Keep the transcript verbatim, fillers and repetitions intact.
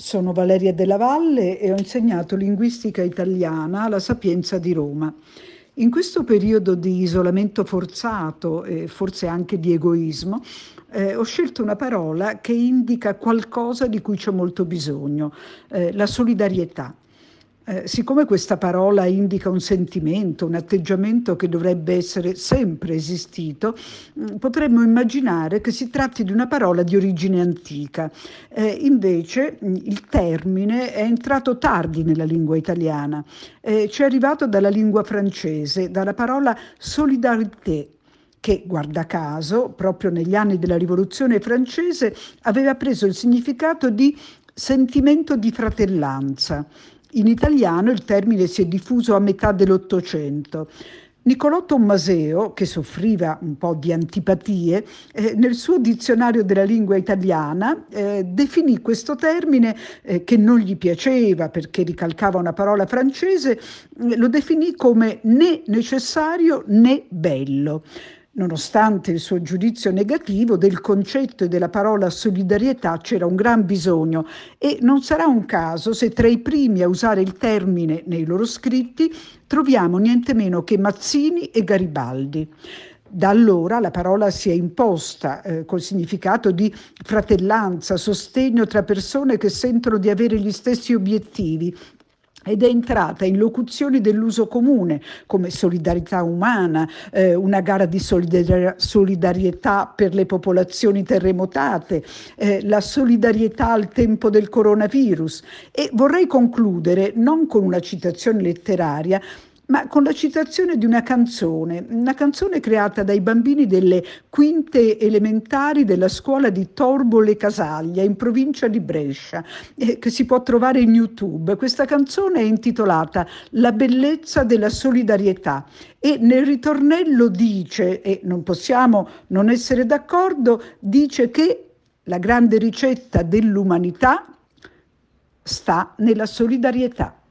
Sono Valeria Della Valle e ho insegnato linguistica italiana alla Sapienza di Roma. In questo periodo di isolamento forzato e forse anche di egoismo, eh, ho scelto una parola che indica qualcosa di cui c'è molto bisogno, eh, la solidarietà. Eh, siccome questa parola indica un sentimento, un atteggiamento che dovrebbe essere sempre esistito, mh, potremmo immaginare che si tratti di una parola di origine antica. Eh, invece mh, il termine è entrato tardi nella lingua italiana, eh, ci è arrivato dalla lingua francese, dalla parola solidarité, che, guarda caso, proprio negli anni della Rivoluzione francese aveva preso il significato di sentimento di fratellanza. In italiano il termine si è diffuso a metà dell'Ottocento. Niccolò Tommaseo, che soffriva un po' di antipatie, eh, nel suo dizionario della lingua italiana eh, definì questo termine, eh, che non gli piaceva perché ricalcava una parola francese, eh, lo definì come né necessario né bello. Nonostante il suo giudizio negativo, del concetto e della parola solidarietà c'era un gran bisogno e non sarà un caso se tra i primi a usare il termine nei loro scritti troviamo niente meno che Mazzini e Garibaldi. Da allora la parola si è imposta eh, col significato di fratellanza, sostegno tra persone che sentono di avere gli stessi obiettivi, ed è entrata in locuzioni dell'uso comune come solidarietà umana, eh, una gara di solidar- solidarietà per le popolazioni terremotate, eh, la solidarietà al tempo del coronavirus. E vorrei concludere non con una citazione letteraria, ma con la citazione di una canzone, una canzone creata dai bambini delle quinte elementari della scuola di Torbole Casaglia, in provincia di Brescia, eh, che si può trovare in YouTube. Questa canzone è intitolata La bellezza della solidarietà e nel ritornello dice, e non possiamo non essere d'accordo, dice che la grande ricetta dell'umanità sta nella solidarietà.